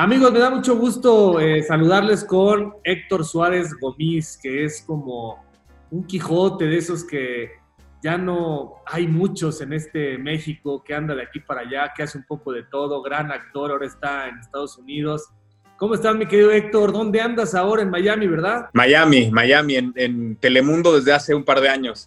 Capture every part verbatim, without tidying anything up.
Amigos, me da mucho gusto eh, saludarles con Héctor Suárez Gómez, que es como un Quijote de esos que ya no hay muchos en este México, que anda de aquí para allá, que hace un poco de todo, gran actor, ahora está en Estados Unidos. ¿Cómo estás, mi querido Héctor? ¿Dónde andas ahora? En Miami, ¿verdad? Miami, Miami, en, en Telemundo desde hace un par de años.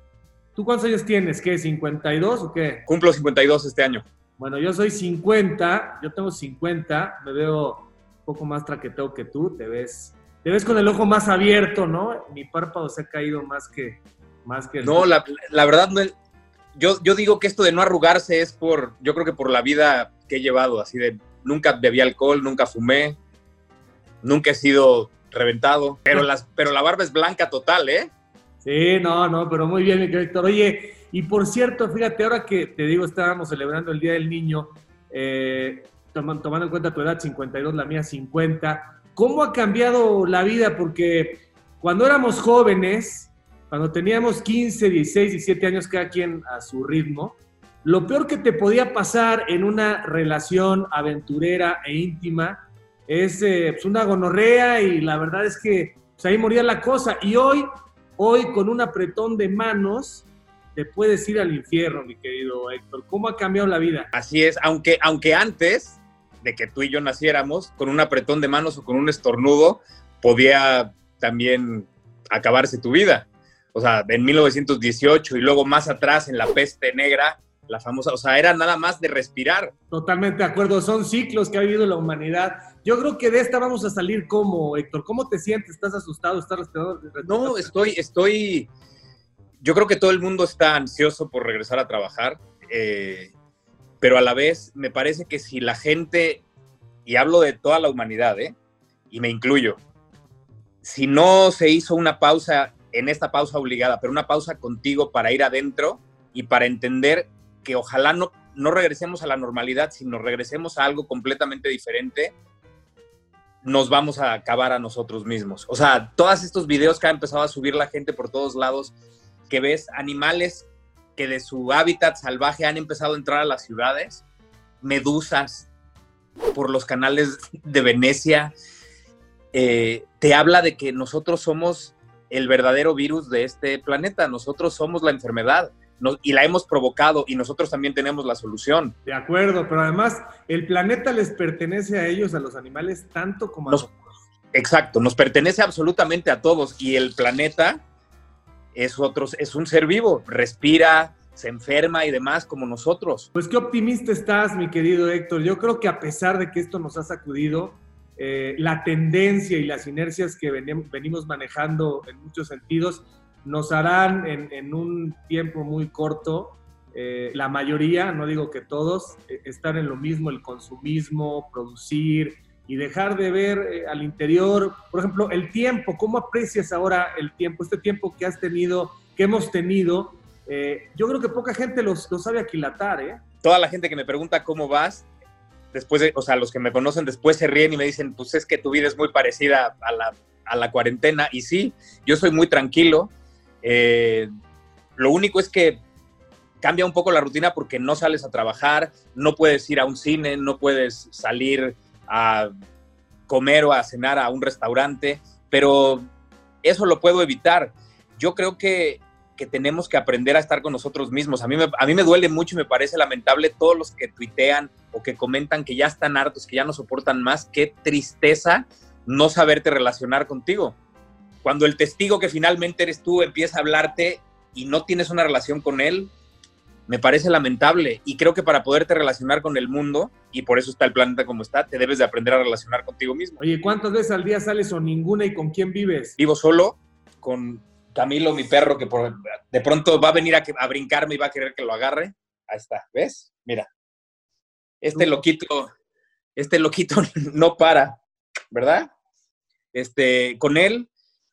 ¿Tú cuántos años tienes? ¿Qué? ¿cincuenta y dos o qué? Cumplo cincuenta y dos este año. Bueno, yo soy cincuenta, yo tengo cincuenta, me veo un poco más traqueteo que tú, te ves, te ves con el ojo más abierto, ¿no? Mi párpado se ha caído más que, más que el... No, la, la verdad, no, yo, yo digo que esto de no arrugarse es por, yo creo que por la vida que he llevado, así de nunca bebí alcohol, nunca fumé, nunca he sido reventado, pero, las, pero la barba es blanca total, ¿eh? Sí, no, no, pero muy bien, mi querido Héctor. Oye, y por cierto, fíjate, ahora que te digo, estábamos celebrando el Día del Niño, eh, tom- tomando en cuenta tu edad, cincuenta y dos, la mía cincuenta, ¿cómo ha cambiado la vida? Porque cuando éramos jóvenes, cuando teníamos quince, dieciséis, diecisiete años, cada quien a su ritmo, lo peor que te podía pasar en una relación aventurera e íntima es eh, pues una gonorrea, y la verdad es que pues, ahí moría la cosa. Y hoy, hoy con un apretón de manos, te puedes ir al infierno, mi querido Héctor. ¿Cómo ha cambiado la vida? Así es, aunque, aunque antes de que tú y yo naciéramos, con un apretón de manos o con un estornudo, podía también acabarse tu vida. O sea, en mil novecientos dieciocho y luego más atrás en la peste negra, la famosa, o sea, era nada más de respirar. Totalmente de acuerdo, son ciclos que ha vivido la humanidad. Yo creo que de esta vamos a salir como, Héctor. ¿Cómo te sientes? ¿Estás asustado? ¿Estás respirando? No, estoy, estoy, yo creo que todo el mundo está ansioso por regresar a trabajar, eh, pero a la vez me parece que si la gente, y hablo de toda la humanidad, ¿eh? Y me incluyo, si no se hizo una pausa, en esta pausa obligada, pero una pausa contigo para ir adentro y para entender que ojalá no, no regresemos a la normalidad, sino regresemos a algo completamente diferente, nos vamos a acabar a nosotros mismos. O sea, todos estos videos que ha empezado a subir la gente por todos lados, que ves animales que de su hábitat salvaje han empezado a entrar a las ciudades, medusas por los canales de Venecia, eh, te habla de que nosotros somos el verdadero virus de este planeta, nosotros somos la enfermedad. No, y la hemos provocado y nosotros también tenemos la solución. De acuerdo, pero además el planeta les pertenece a ellos, a los animales, tanto como a nos, nosotros. Exacto, nos pertenece absolutamente a todos y el planeta es, otro, es un ser vivo, respira, se enferma y demás como nosotros. Pues qué optimista estás, mi querido Héctor. Yo creo que a pesar de que esto nos ha sacudido, eh, la tendencia y las inercias que venim, venimos manejando en muchos sentidos nos harán en, en un tiempo muy corto, eh, la mayoría, no digo que todos, eh, estar en lo mismo, el consumismo, producir y dejar de ver eh, al interior. Por ejemplo, el tiempo, ¿cómo aprecias ahora el tiempo? Este tiempo que has tenido, que hemos tenido, eh, yo creo que poca gente los, los sabe aquilatar, ¿eh? Toda la gente que me pregunta cómo vas, después de, o sea, los que me conocen después se ríen y me dicen, pues es que tu vida es muy parecida a la, a la cuarentena. Y sí, yo soy muy tranquilo. Eh, lo único es que cambia un poco la rutina porque no sales a trabajar, no puedes ir a un cine, no puedes salir a comer o a cenar a un restaurante, pero eso lo puedo evitar. Yo creo que, que tenemos que aprender a estar con nosotros mismos. A mí, me, a mí me duele mucho y me parece lamentable todos los que tuitean o que comentan que ya están hartos, que ya no soportan más. Qué tristeza no saberte relacionar contigo. Cuando el testigo que finalmente eres tú empieza a hablarte y no tienes una relación con él, me parece lamentable. Y creo que para poderte relacionar con el mundo, y por eso está el planeta como está, te debes de aprender a relacionar contigo mismo. Oye, ¿cuántas veces al día sales o ninguna, y con quién vives? Vivo solo con Camilo, mi perro, que por, de pronto va a venir a, que, a brincarme y va a querer que lo agarre. Ahí está, ¿ves? Mira, este loquito, este loquito no para, ¿verdad? Este, con él,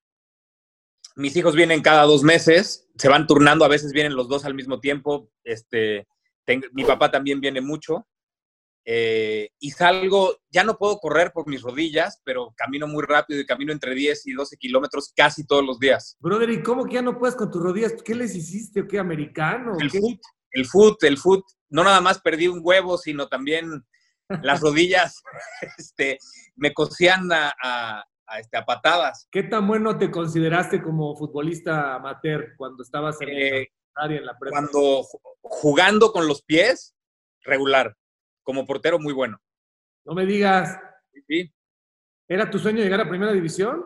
mis hijos vienen cada dos meses, se van turnando, a veces vienen los dos al mismo tiempo. Este, tengo, mi papá también viene mucho. Eh, y salgo, ya no puedo correr por mis rodillas, pero camino muy rápido y camino entre diez y doce kilómetros casi todos los días. Brother, ¿y cómo que ya no puedes con tus rodillas? ¿Qué les hiciste o qué, americano? El ¿Qué? foot, el foot, el foot. No nada más perdí un huevo, sino también las rodillas este, me cosían a, a, a, este, a patadas. ¿Qué tan bueno te consideraste como futbolista amateur cuando estabas en, Eh, la, en la prepa? Cuando jugando con los pies, regular. Como portero, muy bueno. No me digas. Sí. ¿Era tu sueño llegar a primera división?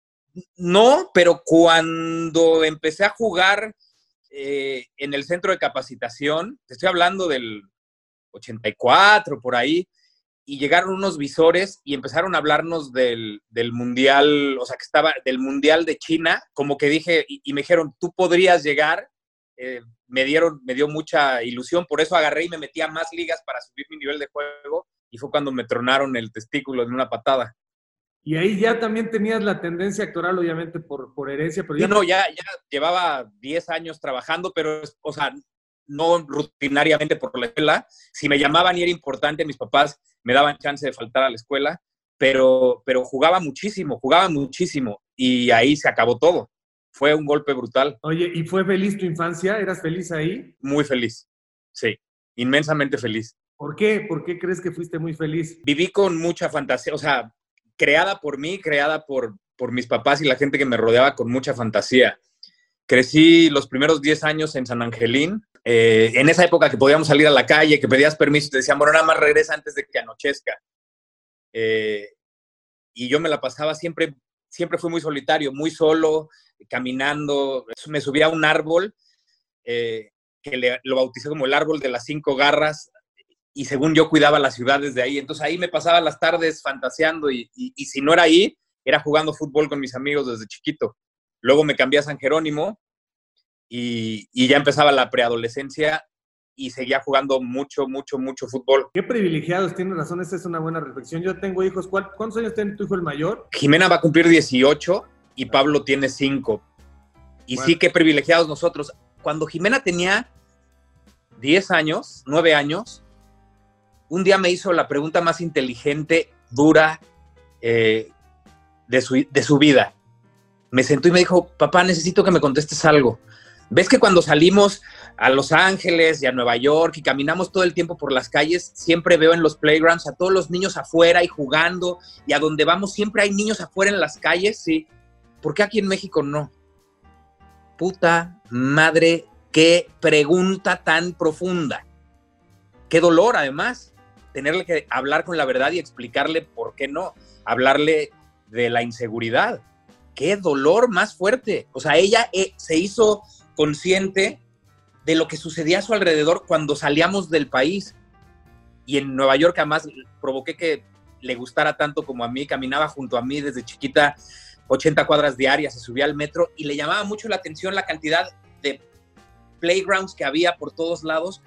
No, pero cuando empecé a jugar eh, en el centro de capacitación, te estoy hablando del ochenta y cuatro, por ahí, y llegaron unos visores y empezaron a hablarnos del, del mundial, o sea, que estaba del mundial de China, como que dije, y, y me dijeron, tú podrías llegar, eh, me dieron, me dio mucha ilusión, por eso agarré y me metí a más ligas para subir mi nivel de juego, y fue cuando me tronaron el testículo en una patada. Y ahí ya también tenías la tendencia actoral, obviamente, por, por herencia, pero ya... Sí, no, ya, ya llevaba diez años trabajando, pero, o sea, no rutinariamente por la escuela. Si me llamaban y era importante, mis papás me daban chance de faltar a la escuela, pero, pero jugaba muchísimo, jugaba muchísimo, y ahí se acabó todo. Fue un golpe brutal. Oye, ¿y fue feliz tu infancia? ¿Eras feliz ahí? Muy feliz, sí, inmensamente feliz. ¿Por qué? ¿Por qué crees que fuiste muy feliz? Viví con mucha fantasía, o sea, creada por mí, creada por, por mis papás y la gente que me rodeaba con mucha fantasía. Crecí los primeros diez años en San Angelín, eh, en esa época que podíamos salir a la calle, que pedías permiso y te decían, bueno, nada más regresa antes de que anochezca. Eh, y yo me la pasaba siempre, siempre fui muy solitario, muy solo, caminando. Me subía a un árbol, eh, que le, lo bauticé como el árbol de las cinco garras, y según yo cuidaba la ciudad desde ahí. Entonces ahí me pasaba las tardes fantaseando y, y, y si no era ahí, era jugando fútbol con mis amigos desde chiquito. Luego me cambié a San Jerónimo y, y ya empezaba la preadolescencia y seguía jugando mucho, mucho, mucho fútbol. Qué privilegiados, tienes razón, esa es una buena reflexión. Yo tengo hijos, ¿cuántos años tiene tu hijo el mayor? Jimena va a cumplir dieciocho y Pablo tiene cinco. Y bueno, sí, qué privilegiados nosotros. Cuando Jimena tenía diez años, nueve años, un día me hizo la pregunta más inteligente, dura, eh, de, su, de su vida. Me sentó y me dijo, papá, necesito que me contestes algo. ¿Ves que cuando salimos a Los Ángeles y a Nueva York y caminamos todo el tiempo por las calles, siempre veo en los playgrounds a todos los niños afuera y jugando, y a donde vamos siempre hay niños afuera en las calles? Sí. ¿Por qué aquí en México no? Puta madre, qué pregunta tan profunda. Qué dolor, además, tenerle que hablar con la verdad y explicarle por qué no. Hablarle de la inseguridad. Qué dolor más fuerte. O sea, ella eh, se hizo consciente de lo que sucedía a su alrededor cuando salíamos del país. Y en Nueva York, además, provoqué que le gustara tanto como a mí. Caminaba junto a mí desde chiquita ochenta cuadras diarias, se subía al metro y le llamaba mucho la atención la cantidad de playgrounds que había por todos lados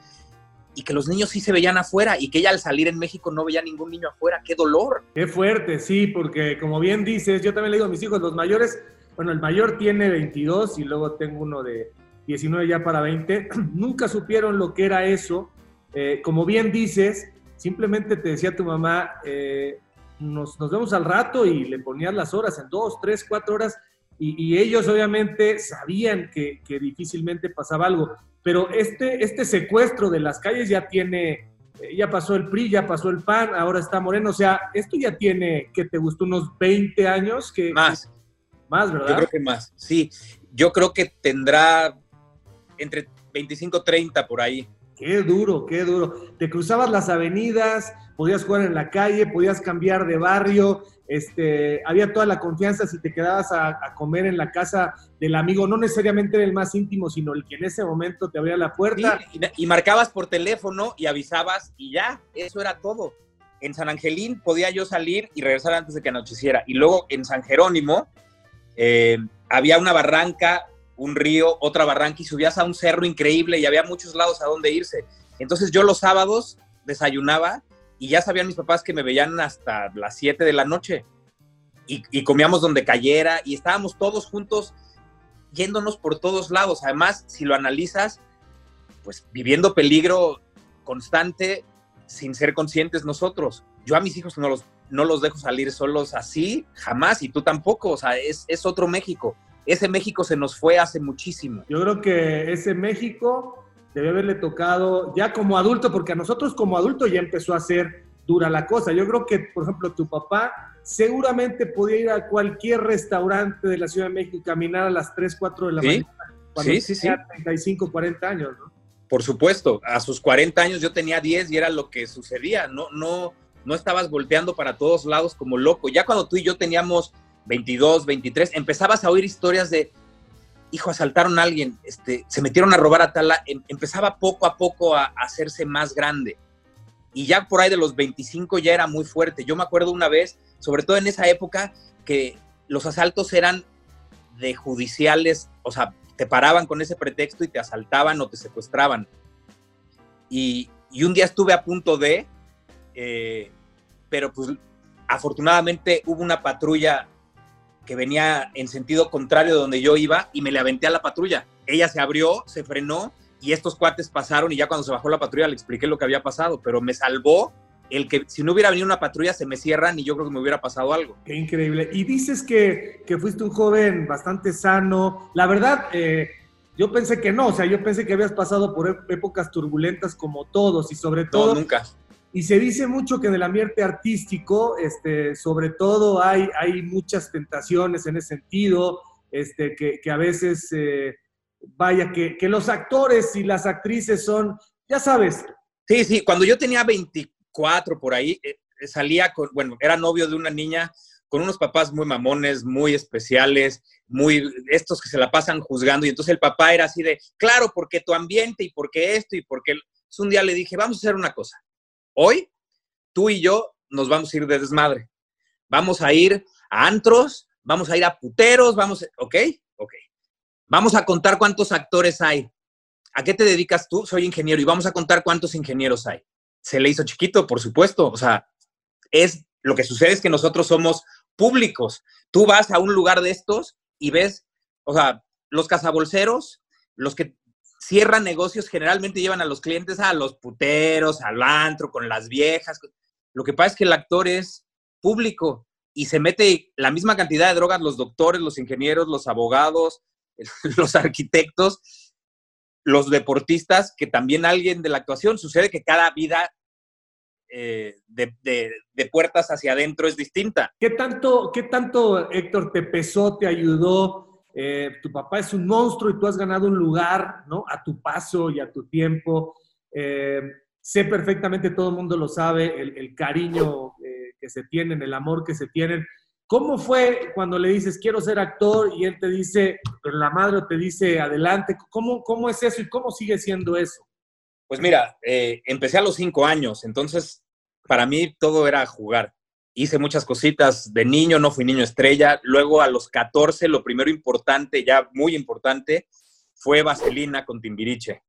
y que los niños sí se veían afuera y que ella al salir en México no veía ningún niño afuera. ¡Qué dolor! Qué fuerte, sí, porque como bien dices, yo también le digo a mis hijos, los mayores, bueno, el mayor tiene veintidós y luego tengo uno de diecinueve ya para veinte, nunca supieron lo que era eso. Eh, como bien dices, simplemente te decía tu mamá, eh, nos, nos vemos al rato y le ponías las horas en dos, tres, cuatro horas y, y ellos obviamente sabían que, que difícilmente pasaba algo. Pero este, este secuestro de las calles ya tiene, ya pasó el P R I, ya pasó el P A N, ahora está Moreno. O sea, esto ya tiene, ¿qué te gustó? ¿Unos veinte años? Que, más. Más, ¿verdad? Yo creo que más, sí. Yo creo que tendrá entre veinticinco, treinta por ahí. Qué duro, qué duro. Te cruzabas las avenidas, podías jugar en la calle, podías cambiar de barrio, este, había toda la confianza si te quedabas a, a comer en la casa del amigo, no necesariamente era el más íntimo, sino el que en ese momento te abría la puerta. Sí, y, y marcabas por teléfono y avisabas y ya, eso era todo. En San Angelín podía yo salir y regresar antes de que anocheciera. Y luego en San Jerónimo eh, había una barranca, un río, otra barranca y subías a un cerro increíble y había muchos lados a donde irse. Entonces yo los sábados desayunaba y ya sabían mis papás que me veían hasta las siete de la noche y, y comíamos donde cayera y estábamos todos juntos yéndonos por todos lados. Además, si lo analizas, pues viviendo peligro constante sin ser conscientes nosotros. Yo a mis hijos no los, no los dejo salir solos así, jamás, y tú tampoco. O sea, es, es otro México. Ese México se nos fue hace muchísimo. Yo creo que ese México debe haberle tocado ya como adulto, porque a nosotros como adulto ya empezó a ser dura la cosa. Yo creo que, por ejemplo, tu papá seguramente podía ir a cualquier restaurante de la Ciudad de México y caminar a las tres, cuatro de la Sí, mañana cuando sí, sí, sí. tenía treinta y cinco, cuarenta años, ¿no? Por supuesto, a sus cuarenta años yo tenía diez y era lo que sucedía. No, no, no estabas volteando para todos lados como loco. Ya cuando tú y yo teníamos veintidós, veintitrés, empezabas a oír historias de, hijo, asaltaron a alguien, este, se metieron a robar a tal... Em, empezaba poco a poco a, a hacerse más grande. Y ya por ahí de los veinticinco ya era muy fuerte. Yo me acuerdo una vez, sobre todo en esa época, que los asaltos eran de judiciales, o sea, te paraban con ese pretexto y te asaltaban o te secuestraban. Y, y un día estuve a punto de, eh, pero pues afortunadamente hubo una patrulla que venía en sentido contrario de donde yo iba y me le aventé a la patrulla. Ella se abrió, se frenó y estos cuates pasaron y ya cuando se bajó la patrulla le expliqué lo que había pasado, pero me salvó el que si no hubiera venido una patrulla se me cierran y yo creo que me hubiera pasado algo. Qué increíble. Y dices que, que fuiste un joven bastante sano. La verdad, eh, yo pensé que no, o sea, yo pensé que habías pasado por épocas turbulentas como todos y sobre todo... No, nunca. Y se dice mucho que en el ambiente artístico, este, sobre todo hay, hay muchas tentaciones en ese sentido, este, que, que a veces, eh, vaya, que, que los actores y las actrices son, ya sabes. Sí, sí, cuando yo tenía veinticuatro por ahí, eh, salía con, bueno, era novio de una niña con unos papás muy mamones, muy especiales, muy, estos que se la pasan juzgando, y entonces el papá era así de, claro, porque tu ambiente y porque esto y porque... Entonces un día le dije, vamos a hacer una cosa. Hoy, tú y yo nos vamos a ir de desmadre. Vamos a ir a antros, vamos a ir a puteros, vamos a... ¿Ok? Ok. Vamos a contar cuántos actores hay. ¿A qué te dedicas tú? Soy ingeniero y vamos a contar cuántos ingenieros hay. Se le hizo chiquito, por supuesto. O sea, es lo que sucede es que nosotros somos públicos. Tú vas a un lugar de estos y ves, o sea, los cazabolseros, los que cierran negocios, generalmente llevan a los clientes a los puteros, al antro, con las viejas. Lo que pasa es que el actor es público y se mete la misma cantidad de drogas los doctores, los ingenieros, los abogados, los arquitectos, los deportistas, que también alguien de la actuación. Sucede que cada vida eh, de, de, de puertas hacia adentro es distinta. ¿Qué tanto, qué tanto, Héctor, te pesó, te ayudó? Eh, tu papá es un monstruo y tú has ganado un lugar, ¿no? A tu paso y a tu tiempo. Eh, sé perfectamente, todo el mundo lo sabe, el, el cariño eh, que se tienen, el amor que se tienen. ¿Cómo fue cuando le dices, quiero ser actor, y él te dice, pero la madre te dice, adelante? ¿Cómo, cómo es eso y cómo sigue siendo eso? Pues mira, eh, empecé a los cinco años, entonces para mí todo era jugar. Hice muchas cositas de niño, no fui niño estrella. Luego a los catorce, lo primero importante, ya muy importante, fue Vaselina con Timbiriche.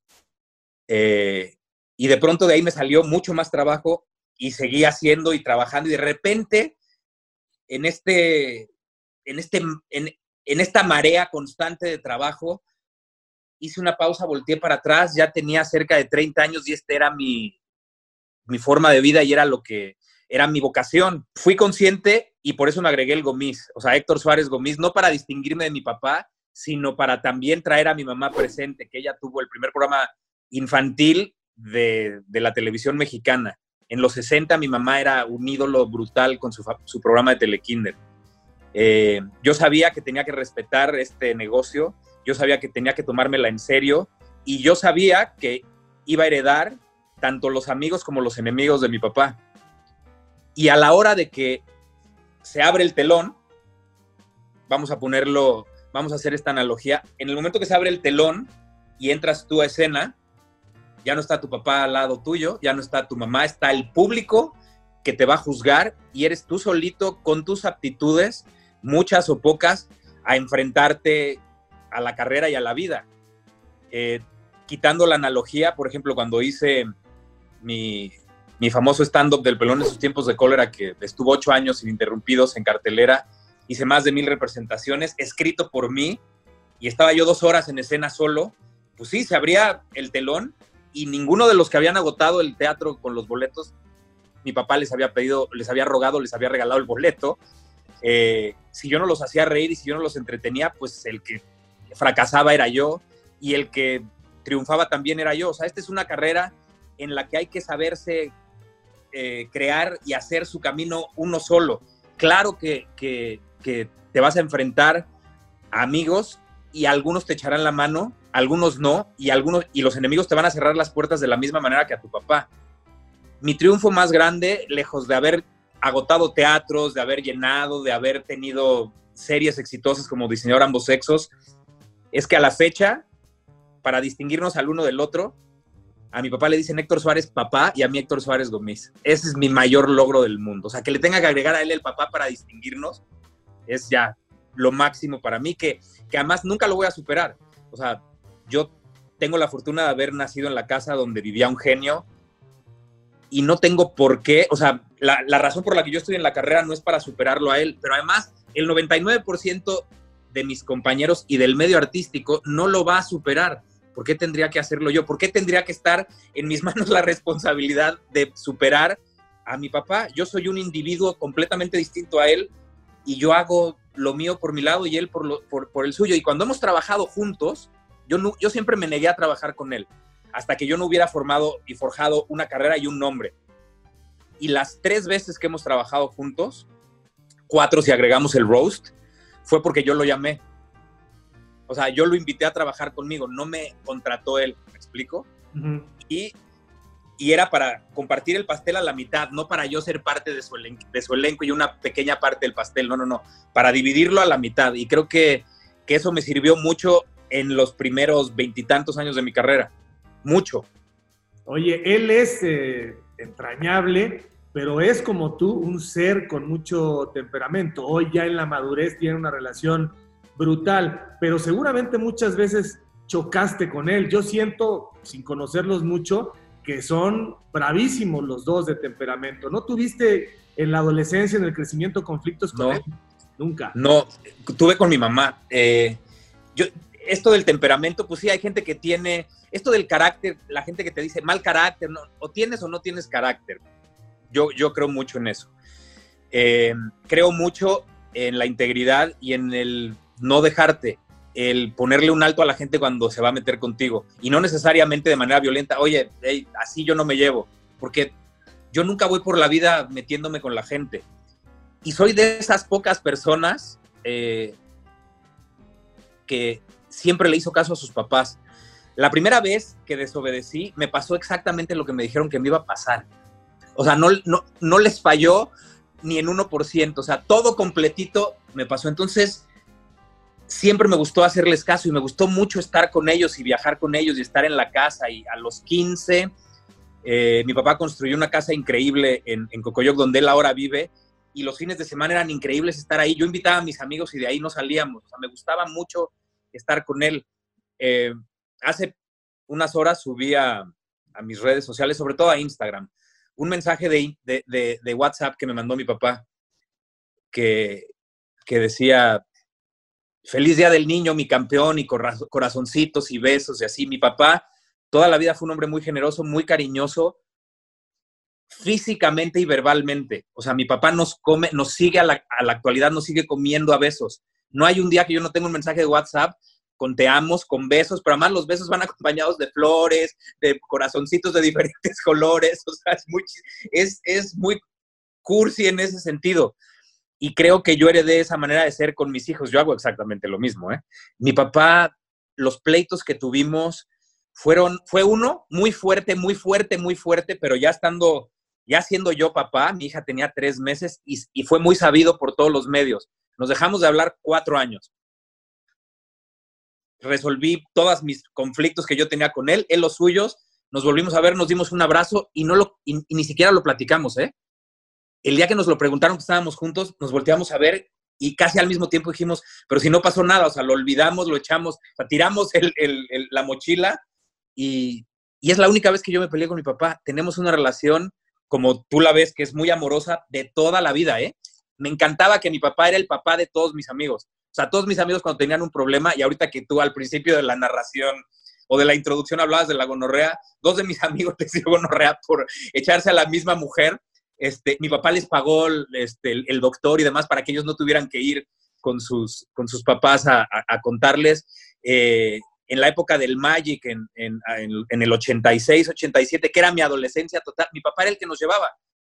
Eh, y de pronto de ahí me salió mucho más trabajo y seguí haciendo y trabajando. Y de repente, en, este, en, este, en, en esta marea constante de trabajo, hice una pausa, volteé para atrás, ya tenía cerca de treinta años y esta era mi, mi forma de vida y era lo que... era mi vocación. Fui consciente y por eso me agregué el Gomis, o sea, Héctor Suárez Gomis, no para distinguirme de mi papá, sino para también traer a mi mamá presente, que ella tuvo el primer programa infantil de, de la televisión mexicana. En los sesenta mi mamá era un ídolo brutal con su, su programa de Telekinder. Eh, yo sabía que tenía que respetar este negocio, yo sabía que tenía que tomármela en serio y yo sabía que iba a heredar tanto los amigos como los enemigos de mi papá. Y a la hora de que se abre el telón, vamos a ponerlo, vamos a hacer esta analogía, en el momento que se abre el telón y entras tú a escena, ya no está tu papá al lado tuyo, ya no está tu mamá, está el público que te va a juzgar y eres tú solito con tus aptitudes, muchas o pocas, a enfrentarte a la carrera y a la vida. Eh, quitando la analogía, por ejemplo, cuando hice mi... mi famoso stand-up del Pelón en sus tiempos de cólera, que estuvo ocho años ininterrumpidos en cartelera, hice más de mil representaciones, escrito por mí, y estaba yo dos horas en escena solo, pues sí, se abría el telón, y ninguno de los que habían agotado el teatro con los boletos, mi papá les había pedido, les había rogado, les había regalado el boleto. Eh, si yo no los hacía reír y si yo no los entretenía, pues el que fracasaba era yo, y el que triunfaba también era yo. O sea, esta es una carrera en la que hay que saberse eh, crear y hacer su camino uno solo. Claro que, que, que te vas a enfrentar a amigos y algunos te echarán la mano, algunos no, y, algunos, y los enemigos te van a cerrar las puertas de la misma manera que a tu papá. Mi triunfo más grande, lejos de haber agotado teatros, de haber llenado, de haber tenido series exitosas como diseñador ambos sexos, es que a la fecha, para distinguirnos al uno del otro, a mi papá le dicen Héctor Suárez papá y a mí Héctor Suárez Gómez. Ese es mi mayor logro del mundo. O sea, que le tenga que agregar a él el papá para distinguirnos es ya lo máximo para mí, que, que además nunca lo voy a superar. O sea, yo tengo la fortuna de haber nacido en la casa donde vivía un genio y no tengo por qué, o sea, la, la razón por la que yo estoy en la carrera no es para superarlo a él, pero además el noventa y nueve por ciento de mis compañeros y del medio artístico no lo va a superar. ¿Por qué tendría que hacerlo yo? ¿Por qué tendría que estar en mis manos la responsabilidad de superar a mi papá? Yo soy un individuo completamente distinto a él y yo hago lo mío por mi lado y él por, lo, por, por el suyo. Y cuando hemos trabajado juntos, yo, no, yo siempre me negué a trabajar con él, hasta que yo no hubiera formado y forjado una carrera y un nombre. Y las tres veces que hemos trabajado juntos, cuatro si agregamos el roast, fue porque yo lo llamé. O sea, yo lo invité a trabajar conmigo, no me contrató él, ¿me explico? Uh-huh. Y, y era para compartir el pastel a la mitad, no para yo ser parte de su, elen- de su elenco y una pequeña parte del pastel, no, no, no, para dividirlo a la mitad. Y creo que, que eso me sirvió mucho en los primeros veintitantos años de mi carrera, mucho. Oye, él es eh, entrañable, pero es como tú, un ser con mucho temperamento. Hoy ya en la madurez tiene una relación brutal, pero seguramente muchas veces chocaste con él. Yo siento, sin conocerlos mucho, que son bravísimos los dos de temperamento. ¿No tuviste en la adolescencia, en el crecimiento, conflictos con no, él? Nunca. No, tuve con mi mamá. Eh, yo, esto del temperamento, pues sí, hay gente que tiene, esto del carácter, la gente que te dice mal carácter, ¿no? O tienes o no tienes carácter. Yo, yo creo mucho en eso. Eh, creo mucho en la integridad y en el no dejarte, el ponerle un alto a la gente cuando se va a meter contigo. Y no necesariamente de manera violenta. Oye, hey, así yo no me llevo. Porque yo nunca voy por la vida metiéndome con la gente. Y soy de esas pocas personas eh, que siempre le hizo caso a sus papás. La primera vez que desobedecí, me pasó exactamente lo que me dijeron que me iba a pasar. O sea, no, no, no les falló ni en uno por ciento. O sea, todo completito me pasó. Entonces, siempre me gustó hacerles caso y me gustó mucho estar con ellos y viajar con ellos y estar en la casa. Y a los quince, eh, mi papá construyó una casa increíble en, en Cocoyoc, donde él ahora vive. Y los fines de semana eran increíbles estar ahí. Yo invitaba a mis amigos y de ahí no salíamos. O sea, me gustaba mucho estar con él. Eh, hace unas horas subí a, a mis redes sociales, sobre todo a Instagram, un mensaje de, de, de, de WhatsApp que me mandó mi papá, que, que decía, feliz día del niño, mi campeón, y corazoncitos y besos y así. Mi papá toda la vida fue un hombre muy generoso, muy cariñoso, físicamente y verbalmente. O sea, mi papá nos come, nos sigue a la, a la actualidad, nos sigue comiendo a besos. No hay un día que yo no tenga un mensaje de WhatsApp con te amos, con besos, pero además los besos van acompañados de flores, de corazoncitos de diferentes colores. O sea, es muy, es, es muy cursi en ese sentido. Y creo que yo heredé esa manera de ser con mis hijos. Yo hago exactamente lo mismo, ¿eh? Mi papá, los pleitos que tuvimos fueron, fue uno muy fuerte, muy fuerte, muy fuerte, pero ya estando, ya siendo yo papá, mi hija tenía tres meses y, y fue muy sabido por todos los medios. Nos dejamos de hablar cuatro años. Resolví todos mis conflictos que yo tenía con él, él los suyos, nos volvimos a ver, nos dimos un abrazo y, no lo, y, y ni siquiera lo platicamos, ¿eh? El día que nos lo preguntaron que estábamos juntos, nos volteamos a ver y casi al mismo tiempo dijimos, pero si no pasó nada, o sea, lo olvidamos, lo echamos, o sea, tiramos el, el, el, la mochila y, y es la única vez que yo me peleé con mi papá. Tenemos una relación, como tú la ves, que es muy amorosa de toda la vida, ¿eh? Me encantaba que mi papá era el papá de todos mis amigos. O sea, todos mis amigos cuando tenían un problema, y ahorita que tú al principio de la narración o de la introducción hablabas de la gonorrea, dos de mis amigos les dio gonorrea por echarse a la misma mujer. Este, mi papá les pagó este, el, el doctor y demás para que ellos no tuvieran que ir con sus, con sus papás a, a, a contarles. Eh, en la época del Magic, en, en, en, en el ochenta y seis, ochenta y siete, que era mi adolescencia total, mi papá era el que nos llevaba.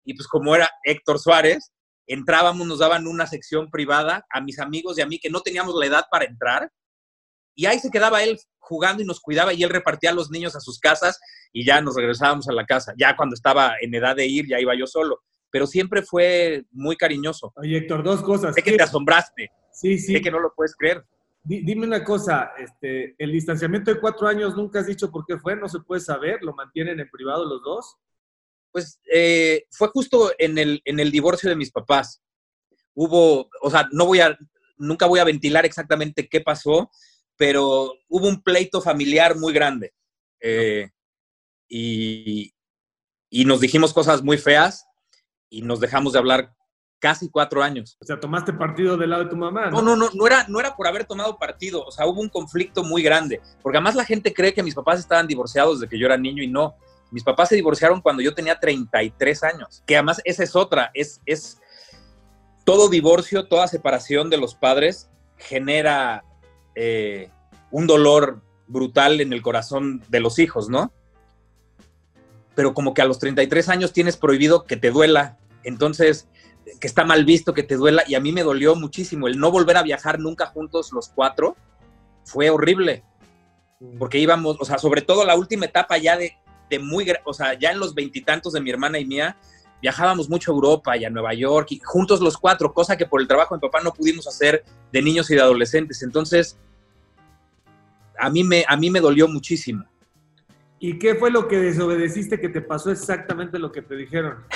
y pues como era Héctor Suárez, entrábamos, nos daban una sección privada a mis amigos y a mí que no teníamos la edad para entrar, y ahí se quedaba él jugando y nos cuidaba, y él repartía a los niños a sus casas y ya nos regresábamos a la casa. Ya cuando estaba en edad de ir, ya iba yo solo, pero siempre fue muy cariñoso. Oye, Héctor, dos cosas. Sé que te asombraste. Sí, sí. Sé que no lo puedes creer. D- dime una cosa, este, el distanciamiento de cuatro años, ¿nunca has dicho por qué fue? ¿No se puede saber? ¿Lo mantienen en privado los dos? Pues eh, fue justo en el, en el divorcio de mis papás. Hubo, o sea, no voy a, nunca voy a ventilar exactamente qué pasó, pero hubo un pleito familiar muy grande. Eh, y, y nos dijimos cosas muy feas y nos dejamos de hablar casi cuatro años. O sea, tomaste partido del lado de tu mamá, ¿no? No, no, no, no era, no era por haber tomado partido, o sea, hubo un conflicto muy grande, porque además la gente cree que mis papás estaban divorciados desde que yo era niño y no. Mis papás se divorciaron cuando yo tenía treinta y tres años, que además esa es otra, es, es todo divorcio, toda separación de los padres genera eh, un dolor brutal en el corazón de los hijos, ¿no? Pero como que a los treinta y tres años tienes prohibido que te duela, entonces, que está mal visto que te duela, y a mí me dolió muchísimo el no volver a viajar nunca juntos los cuatro, fue horrible, porque íbamos, o sea, sobre todo la última etapa ya de, de muy, o sea, ya en los veintitantos de mi hermana y mía, viajábamos mucho a Europa y a Nueva York, y juntos los cuatro, cosa que por el trabajo de mi papá no pudimos hacer de niños y de adolescentes, entonces, a mí me, a mí me dolió muchísimo. ¿Y qué fue lo que desobedeciste que te pasó exactamente lo que te dijeron?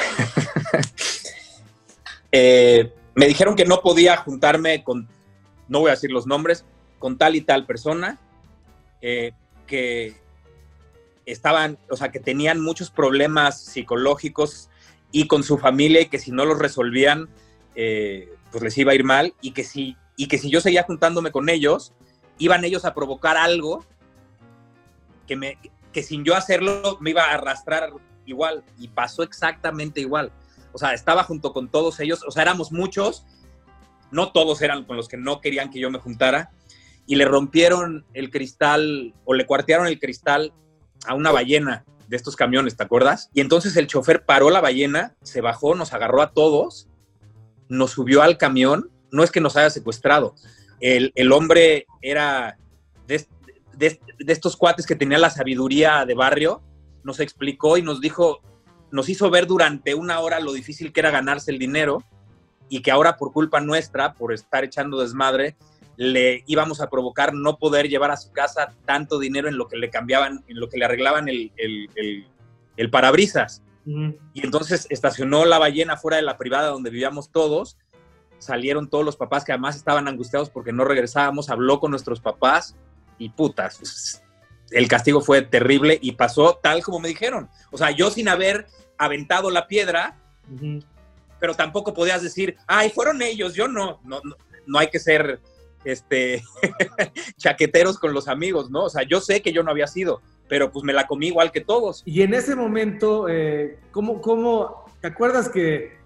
eh, me dijeron que no podía juntarme con, no voy a decir los nombres, con tal y tal persona, eh, que estaban, o sea, que tenían muchos problemas psicológicos y con su familia, y que si no los resolvían, eh, pues les iba a ir mal, y que si, y que si yo seguía juntándome con ellos, iban ellos a provocar algo que me... que sin yo hacerlo me iba a arrastrar igual, y pasó exactamente igual. O sea, estaba junto con todos ellos, o sea, éramos muchos, no todos eran con los que no querían que yo me juntara, y le rompieron el cristal, o le cuartearon el cristal a una ballena de estos camiones, ¿te acuerdas? Y entonces el chofer paró la ballena, se bajó, nos agarró a todos, nos subió al camión, no es que nos haya secuestrado, el, el hombre era... de, De, de estos cuates que tenían la sabiduría de barrio, nos explicó y nos dijo, nos hizo ver durante una hora lo difícil que era ganarse el dinero, y que ahora por culpa nuestra, por estar echando desmadre, le íbamos a provocar no poder llevar a su casa tanto dinero en lo que le cambiaban, en lo que le arreglaban el, el, el, el parabrisas. Uh-huh. Y entonces estacionó la ballena fuera de la privada donde vivíamos todos, salieron todos los papás que además estaban angustiados porque no regresábamos, habló con nuestros papás, y putas, el castigo fue terrible y pasó tal como me dijeron. O sea, yo sin haber aventado la piedra, uh-huh. pero tampoco podías decir, ay, fueron ellos, yo no. No, no, no hay que ser este, chaqueteros con los amigos, ¿no? O sea, yo sé que yo no había sido, pero pues me la comí igual que todos. Y en ese momento, eh, ¿cómo, cómo, te acuerdas que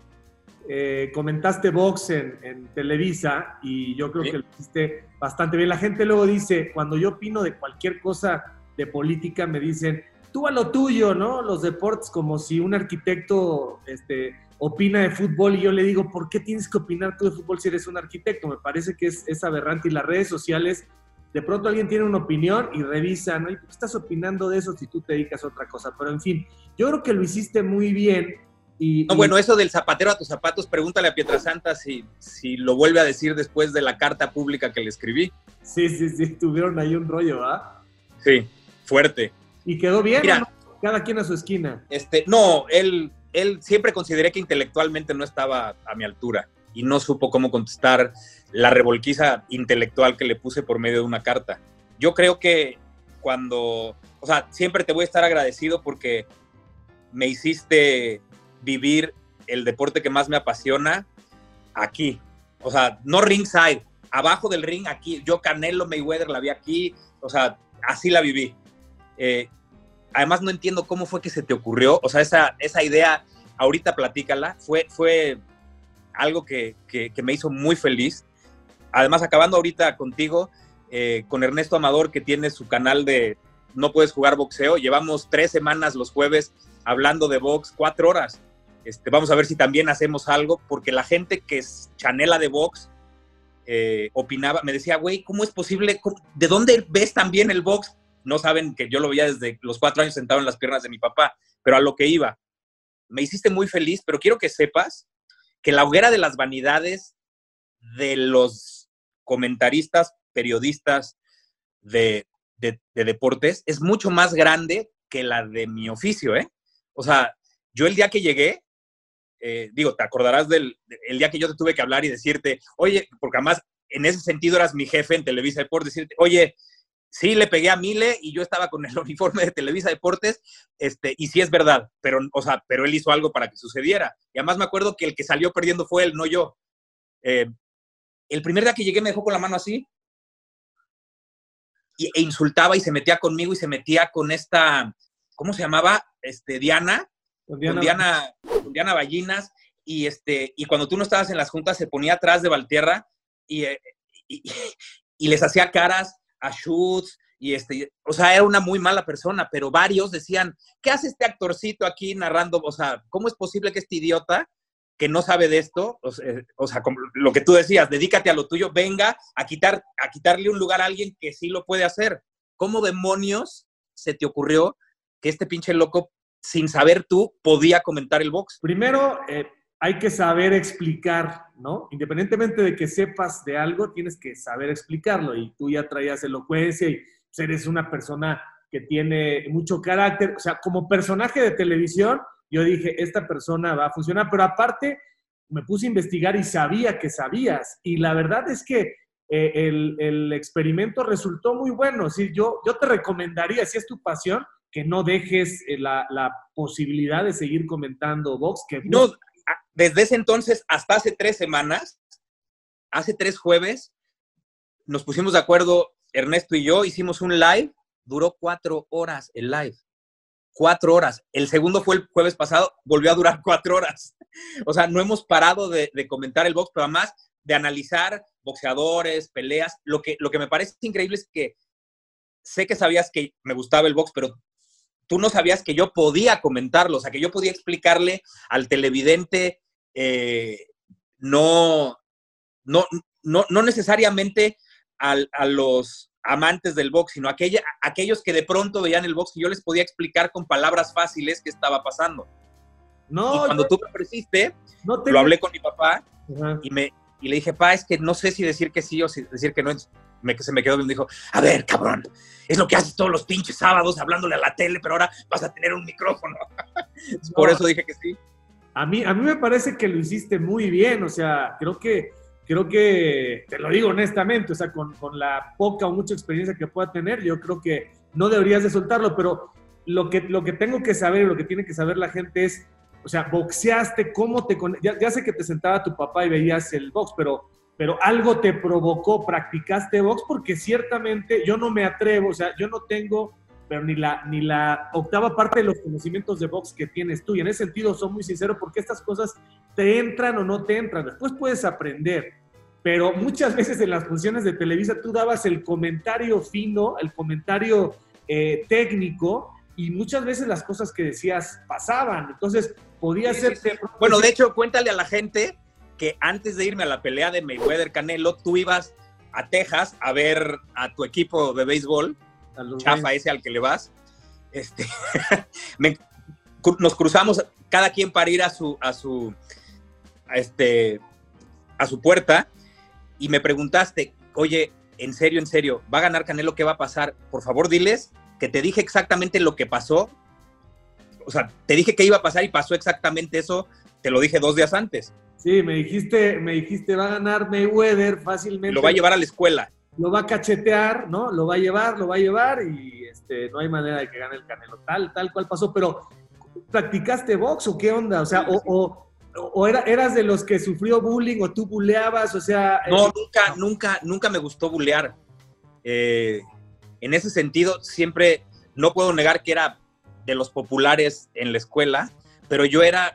Eh, comentaste box en, en Televisa, y yo creo ¿sí? que lo hiciste bastante bien? La gente luego dice, cuando yo opino de cualquier cosa de política, me dicen, tú a lo tuyo, ¿no? Los deportes, como si un arquitecto este, opina de fútbol, y yo le digo, ¿por qué tienes que opinar tú de fútbol si eres un arquitecto? Me parece que es, es aberrante, y las redes sociales, de pronto alguien tiene una opinión y revisa, ¿no? ¿Y por qué estás opinando de eso si tú te dedicas a otra cosa? Pero en fin, yo creo que lo hiciste muy bien. Y, no, y... bueno, eso del zapatero a tus zapatos, pregúntale a Pietrasanta si, si lo vuelve a decir después de la carta pública que le escribí. Sí, sí, sí, tuvieron ahí un rollo, ¿ah? Sí, fuerte. ¿Y quedó bien? Mira, ¿no? Cada quien a su esquina. Este, no, él, él siempre consideré que intelectualmente no estaba a mi altura y no supo cómo contestar la revolquiza intelectual que le puse por medio de una carta. Yo creo que cuando, o sea, siempre te voy a estar agradecido porque me hiciste vivir el deporte que más me apasiona aquí. O sea, no ringside, abajo del ring, aquí. Yo Canelo Mayweather la vi aquí, o sea, así la viví. Eh, además no entiendo cómo fue que se te ocurrió, o sea, esa, esa idea, ahorita platícala, fue, fue algo que, que, que me hizo muy feliz. Además, acabando ahorita contigo, eh, con Ernesto Amador, que tiene su canal de No Puedes Jugar Boxeo, llevamos tres semanas los jueves hablando de box, cuatro horas. Este, vamos a ver si también hacemos algo, porque la gente que es chanela de box eh, opinaba, me decía, güey, ¿cómo es posible? ¿Cómo, ¿de dónde ves también el box? No saben que yo lo veía desde los cuatro años sentado en las piernas de mi papá, pero a lo que iba. Me hiciste muy feliz, pero quiero que sepas que la hoguera de las vanidades de los comentaristas, periodistas de, de, de deportes es mucho más grande que la de mi oficio, ¿eh? O sea, yo el día que llegué, eh, digo, te acordarás del el día que yo te tuve que hablar y decirte, oye, porque además en ese sentido eras mi jefe en Televisa Deportes, decirte, oye, sí le pegué a Mile y yo estaba con el uniforme de Televisa Deportes, este, y sí es verdad, pero, o sea, pero él hizo algo para que sucediera. Y además me acuerdo que el que salió perdiendo fue él, no yo. Eh, el primer día que llegué me dejó con la mano así y, e insultaba y se metía conmigo y se metía con esta, ¿cómo se llamaba? Este, Diana, con Diana, con Diana, con Diana Ballinas, y, este, y cuando tú no estabas en las juntas se ponía atrás de Valtierra y, y, y les hacía caras a Schutz, y este, o sea, era una muy mala persona, pero varios decían, ¿qué hace este actorcito aquí narrando? O sea, ¿cómo es posible que este idiota que no sabe de esto, o sea, o sea, como lo que tú decías, dedícate a lo tuyo, venga a, quitar, a quitarle un lugar a alguien que sí lo puede hacer? ¿Cómo demonios se te ocurrió que este pinche loco, sin saber tú, podía comentar el box? Primero, eh, hay que saber explicar, ¿no? Independientemente de que sepas de algo, tienes que saber explicarlo. Y tú ya traías elocuencia y pues, eres una persona que tiene mucho carácter. O sea, como personaje de televisión, yo dije, esta persona va a funcionar. Pero aparte, me puse a investigar y sabía que sabías. Y la verdad es que eh, el, el experimento resultó muy bueno. Sí, yo, yo te recomendaría, si es tu pasión, que no dejes la, la posibilidad de seguir comentando box. Que no, desde ese entonces hasta hace tres semanas, hace tres jueves, nos pusimos de acuerdo, Ernesto y yo, hicimos un live, duró cuatro horas el live. Cuatro horas. El segundo fue el jueves pasado, volvió a durar cuatro horas. O sea, no hemos parado de, de comentar el box, pero además de analizar boxeadores, peleas. Lo que, lo que me parece increíble es que sé que sabías que me gustaba el box, pero tú no sabías que yo podía comentarlo, o sea, que yo podía explicarle al televidente, eh, no, no, no, no necesariamente al, a los amantes del box, sino aquella, aquellos que de pronto veían el box y yo les podía explicar con palabras fáciles qué estaba pasando. No, y cuando yo, tú me ofreciste, no te... lo hablé con mi papá y, me, y le dije, pa, es que no sé si decir que sí o si decir que no. Me, se me quedó y me dijo, a ver, cabrón, es lo que haces todos los pinches sábados hablándole a la tele, pero ahora vas a tener un micrófono. No, por eso dije que sí. A mí, a mí me parece que lo hiciste muy bien, o sea, creo que, creo que, te lo digo honestamente, o sea, con, con la poca o mucha experiencia que pueda tener, yo creo que no deberías de soltarlo, pero lo que, lo que tengo que saber y lo que tiene que saber la gente es, o sea, boxeaste, cómo te... Ya, ya sé que te sentaba tu papá y veías el box, pero... pero algo te provocó, practicaste box, porque ciertamente yo no me atrevo, o sea, yo no tengo, pero ni la, ni la octava parte de los conocimientos de box que tienes tú, y en ese sentido soy muy sincero, porque estas cosas te entran o no te entran, después puedes aprender, pero muchas veces en las funciones de Televisa tú dabas el comentario fino, el comentario eh, técnico, y muchas veces las cosas que decías pasaban, entonces podía sí, ser... Sí, sí. Bueno, de hecho, cuéntale a la gente que antes de irme a la pelea de Mayweather-Canelo, tú ibas a Texas a ver a tu equipo de béisbol, chafa ese al que le vas. Este, me, nos cruzamos cada quien para ir a su, a su, a este, a su puerta y me preguntaste, oye, en serio, en serio, ¿va a ganar Canelo? ¿Qué va a pasar? Por favor, diles que te dije exactamente lo que pasó. O sea, te dije que iba a pasar y pasó exactamente eso. Te lo dije dos días antes. Sí, me dijiste, me dijiste, va a ganar Mayweather fácilmente. Lo va a llevar a la escuela. Lo va a cachetear, ¿no? Lo va a llevar, lo va a llevar y este, no hay manera de que gane el Canelo. Tal, tal cual pasó. Pero, ¿practicaste box o qué onda? O sea, sí, o, o, o era, eras de los que sufrió bullying o tú buleabas, o sea... No, eh, nunca, no. nunca, nunca me gustó bulear. Eh, en ese sentido, siempre, no puedo negar que era de los populares en la escuela, pero yo era...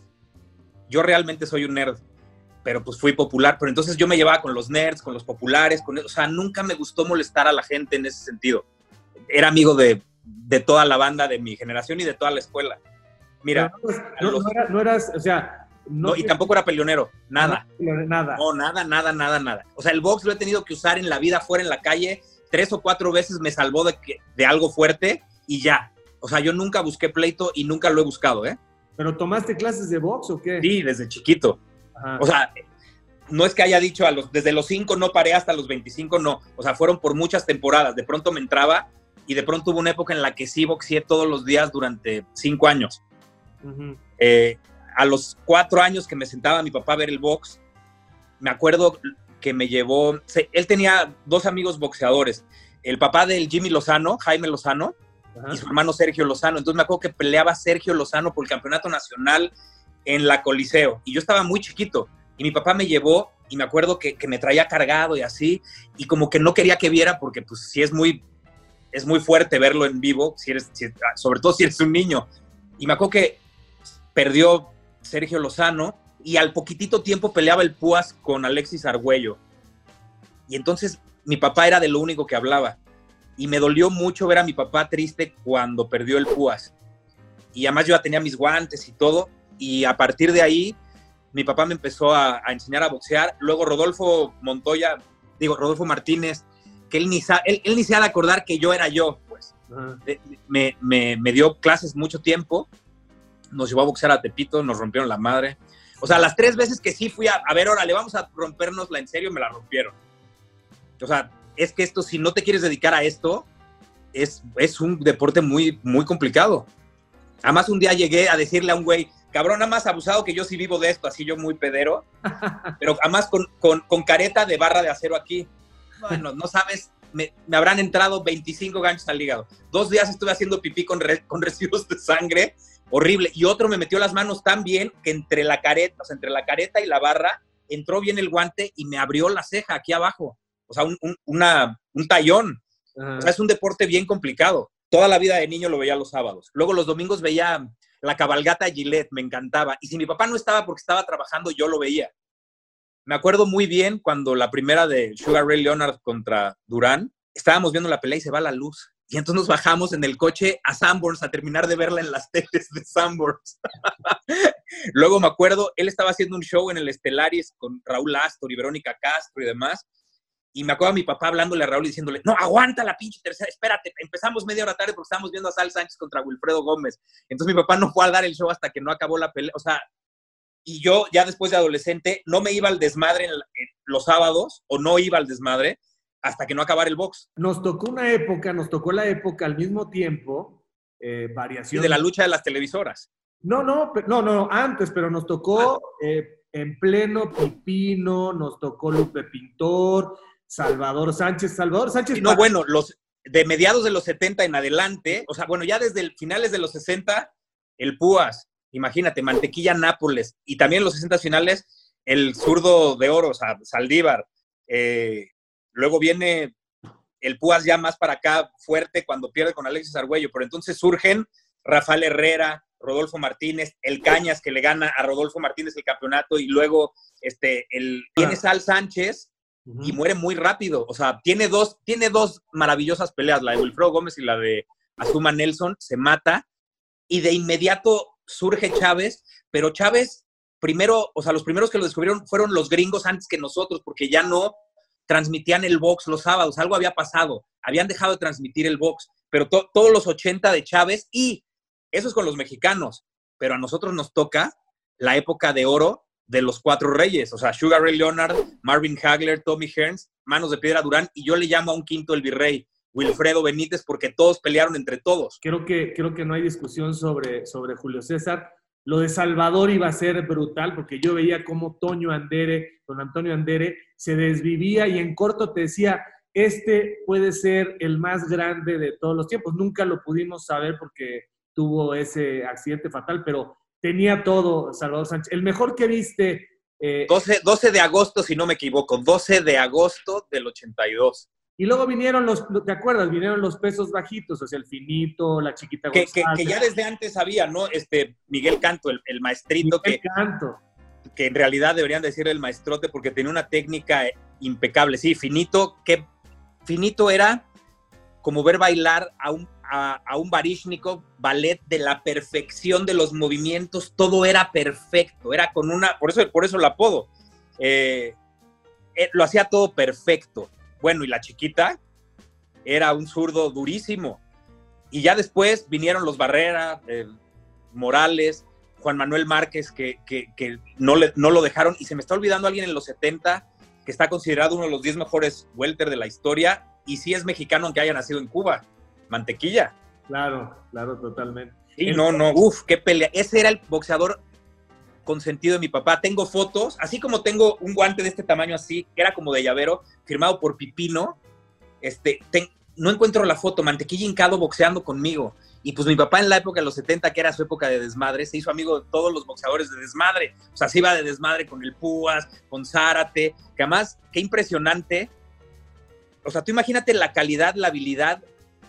Yo realmente soy un nerd, pero pues fui popular, pero entonces yo me llevaba con los nerds, con los populares, con, o sea, nunca me gustó molestar a la gente en ese sentido. Era amigo de, de toda la banda de mi generación y de toda la escuela. Mira, no, los, no, era, no eras, o sea... No, no, y tampoco era peleonero, nada. No, nada. No, nada, nada, nada, nada. O sea, el box lo he tenido que usar en la vida, fuera en la calle, tres o cuatro veces me salvó de, que, de algo fuerte y ya. O sea, yo nunca busqué pleito y nunca lo he buscado, ¿eh? ¿Pero tomaste clases de box o qué? Sí, desde chiquito. Ajá. O sea, no es que haya dicho a los, desde los cinco no paré hasta los veinticinco, no. O sea, fueron por muchas temporadas. De pronto me entraba y de pronto hubo una época en la que sí boxeé todos los días durante cinco años. Uh-huh. Eh, a los cuatro años que me sentaba mi papá a ver el box, me acuerdo que me llevó... Él tenía dos amigos boxeadores. El papá del Jimmy Lozano, Jaime Lozano, uh-huh. y su hermano Sergio Lozano. Entonces me acuerdo que peleaba Sergio Lozano por el campeonato nacional en la Coliseo. Y yo estaba muy chiquito. Y mi papá me llevó y me acuerdo que, que me traía cargado y así. Y como que no quería que viera porque pues sí es muy, es muy fuerte verlo en vivo, si eres, si, sobre todo si eres un niño. Y me acuerdo que perdió Sergio Lozano y al poquitito tiempo peleaba el Púas con Alexis Argüello. Y entonces mi papá era de lo único que hablaba. Y me dolió mucho ver a mi papá triste cuando perdió el Púas. Y además yo ya tenía mis guantes y todo. Y a partir de ahí, mi papá me empezó a, a enseñar a boxear. Luego Rodolfo Montoya, digo, Rodolfo Martínez, que él ni, sa- él, él ni se ha de acordar que yo era yo, pues. Uh-huh. De, me, me, me dio clases mucho tiempo. Nos llevó a boxear a Tepito, nos rompieron la madre. O sea, las tres veces que sí fui a, a ver, órale, vamos a rompernosla en serio, me la rompieron. O sea, es que esto, si no te quieres dedicar a esto, es, es un deporte muy, muy complicado. Además, un día llegué a decirle a un güey, cabrón, nada más abusado que yo sí vivo de esto, así yo muy pedero, pero además con, con, con careta de barra de acero aquí. Bueno, no sabes, me, me habrán entrado veinticinco ganchos al hígado. Dos días estuve haciendo pipí con, re, con residuos de sangre, horrible. Y otro me metió las manos tan bien que entre la careta, o sea, entre la careta y la barra, entró bien el guante y me abrió la ceja aquí abajo. O sea, un, un, una, un tallón. Uh-huh. O sea, es un deporte bien complicado. Toda la vida de niño lo veía los sábados. Luego los domingos veía la cabalgata Gillette, me encantaba. Y si mi papá no estaba porque estaba trabajando, yo lo veía. Me acuerdo muy bien cuando la primera de Sugar Ray Leonard contra Durán, estábamos viendo la pelea y se va la luz. Y entonces nos bajamos en el coche a Sanborns a terminar de verla en las teles de Sanborns. Luego me acuerdo, él estaba haciendo un show en el Estelaris con Raúl Astor y Verónica Castro y demás. Y me acuerdo a mi papá hablándole a Raúl y diciéndole, no, aguanta la pinche tercera, espérate, empezamos media hora tarde porque estábamos viendo a Sal Sánchez contra Wilfredo Gómez. Entonces mi papá no fue a dar el show hasta que no acabó la pelea. O sea, y yo ya después de adolescente no me iba al desmadre en los sábados o no iba al desmadre hasta que no acabara el box. Nos tocó una época, nos tocó la época al mismo tiempo, eh, variación. Y de la lucha de las televisoras. No, no, no, no, antes, pero nos tocó ah. eh, en pleno Pipino, nos tocó Lupe Pintor, Salvador Sánchez, Salvador Sánchez. Sí, no, bueno, los de mediados de los setenta en adelante, o sea, bueno, ya desde el finales de los sesenta, el Púas, imagínate, Mantequilla Nápoles, y también en los sesenta finales, el zurdo de oro, o sea, Saldívar. Eh, luego viene el Púas ya más para acá, fuerte, cuando pierde con Alexis Argüello, pero entonces surgen Rafael Herrera, Rodolfo Martínez, el Cañas que le gana a Rodolfo Martínez el campeonato, y luego este, el, tiene Sal Sánchez, uh-huh. y muere muy rápido. O sea, tiene dos, tiene dos maravillosas peleas, la de Wilfredo Gómez y la de Azuma Nelson, se mata, y de inmediato surge Chávez, pero Chávez, primero, o sea, los primeros que lo descubrieron fueron los gringos antes que nosotros, porque ya no transmitían el box los sábados, algo había pasado, habían dejado de transmitir el box, pero to- todos los ochenta de Chávez, y eso es con los mexicanos, pero a nosotros nos toca la época de oro de los cuatro reyes, o sea, Sugar Ray Leonard, Marvin Hagler, Tommy Hearns, Manos de Piedra Durán, y yo le llamo a un quinto el virrey, Wilfredo Benítez, porque todos pelearon entre todos. Creo que, creo que no hay discusión sobre, sobre Julio César. Lo de Salvador iba a ser brutal, porque yo veía cómo Toño Andere, don Antonio Andere, se desvivía y en corto te decía, este puede ser el más grande de todos los tiempos. Nunca lo pudimos saber porque tuvo ese accidente fatal, pero tenía todo Salvador Sánchez. El mejor que viste... Eh, doce, doce de agosto, si no me equivoco, doce de agosto del ochenta y dos. Y luego vinieron los, ¿te acuerdas? Vinieron los pesos bajitos, o sea, el Finito, la Chiquita que, que, que ya desde antes había, ¿no? Este, Miguel Canto, el, el maestrito. Miguel que, Canto. Que en realidad deberían decir el maestrote porque tenía una técnica impecable. Sí, Finito, que Finito era como ver bailar a un, a, a un Baryshnikov ballet de la perfección de los movimientos, todo era perfecto, era con una, por eso, por eso el apodo, eh, eh, lo hacía todo perfecto. Bueno, y la chiquita era un zurdo durísimo, y ya después vinieron los Barrera, eh, Morales, Juan Manuel Márquez, que, que, que no, le, no lo dejaron, y se me está olvidando alguien en los setenta, que está considerado uno de los diez mejores welter de la historia, y sí es mexicano aunque haya nacido en Cuba, Mantequilla. Claro, claro, totalmente. Sí, El... no, no, uff, qué pelea. Ese era el boxeador consentido de mi papá. Tengo fotos, así como tengo un guante de este tamaño así, que era como de llavero, firmado por Pipino. Este, ten, no encuentro la foto, Mantequilla hincado boxeando conmigo. Y pues mi papá en la época de los setenta, que era su época de desmadre, se hizo amigo de todos los boxeadores de desmadre. O sea, se iba de desmadre con el Púas, con Zárate, que además, qué impresionante. O sea, tú imagínate la calidad, la habilidad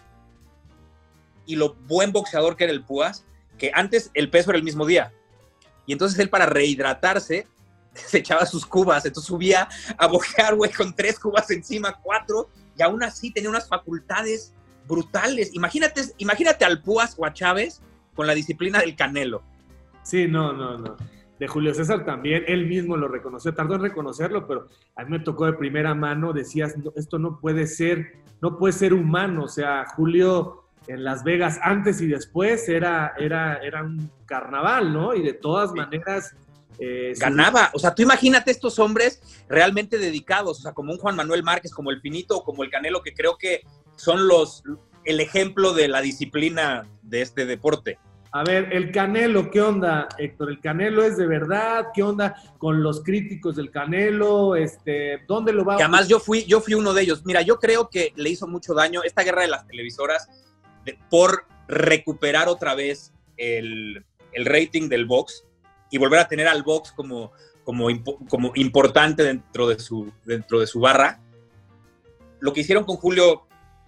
y lo buen boxeador que era el Púas, que antes el peso era el mismo día. Y entonces él, para rehidratarse, se echaba sus cubas. Entonces subía a boxear, güey, con tres cubas encima, cuatro, y aún así tenía unas facultades brutales. Imagínate, imagínate al Púas o a Chávez con la disciplina del Canelo. Sí, no, no, no. De Julio César también, él mismo lo reconoció, tardó en reconocerlo, pero a mí me tocó de primera mano, decías, no, esto no puede ser, no puede ser humano. O sea, Julio en Las Vegas, antes y después, era, era, era un carnaval, ¿no? Y de todas maneras... Eh, ganaba, o sea, tú imagínate estos hombres realmente dedicados, o sea, como un Juan Manuel Márquez, como el Finito o como el Canelo, que creo que son los, el ejemplo de la disciplina de este deporte. A ver, el Canelo, ¿qué onda, Héctor? ¿El Canelo es de verdad? ¿Qué onda con los críticos del Canelo? Este, ¿dónde lo va a...? Que además yo fui, yo fui uno de ellos. Mira, yo creo que le hizo mucho daño esta guerra de las televisoras de, por recuperar otra vez el, el rating del box y volver a tener al box como, como, como importante dentro de, su, dentro de su barra. Lo que hicieron con Julio,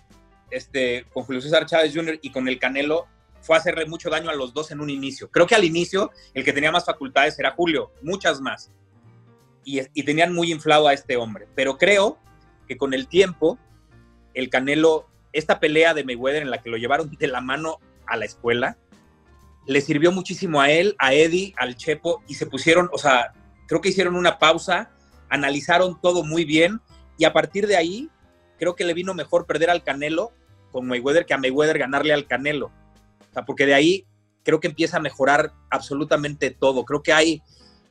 este, con Julio César Chávez junior y con el Canelo fue hacerle mucho daño a los dos en un inicio. Creo que al inicio el que tenía más facultades era Julio, muchas más. Y, y tenían muy inflado a este hombre. Pero creo que con el tiempo, el Canelo, esta pelea de Mayweather en la que lo llevaron de la mano a la escuela, le sirvió muchísimo a él, a Eddie, al Chepo, y se pusieron, o sea, creo que hicieron una pausa, analizaron todo muy bien, y a partir de ahí, creo que le vino mejor perder al Canelo con Mayweather que a Mayweather ganarle al Canelo. O sea, porque de ahí creo que empieza a mejorar absolutamente todo. Creo que hay,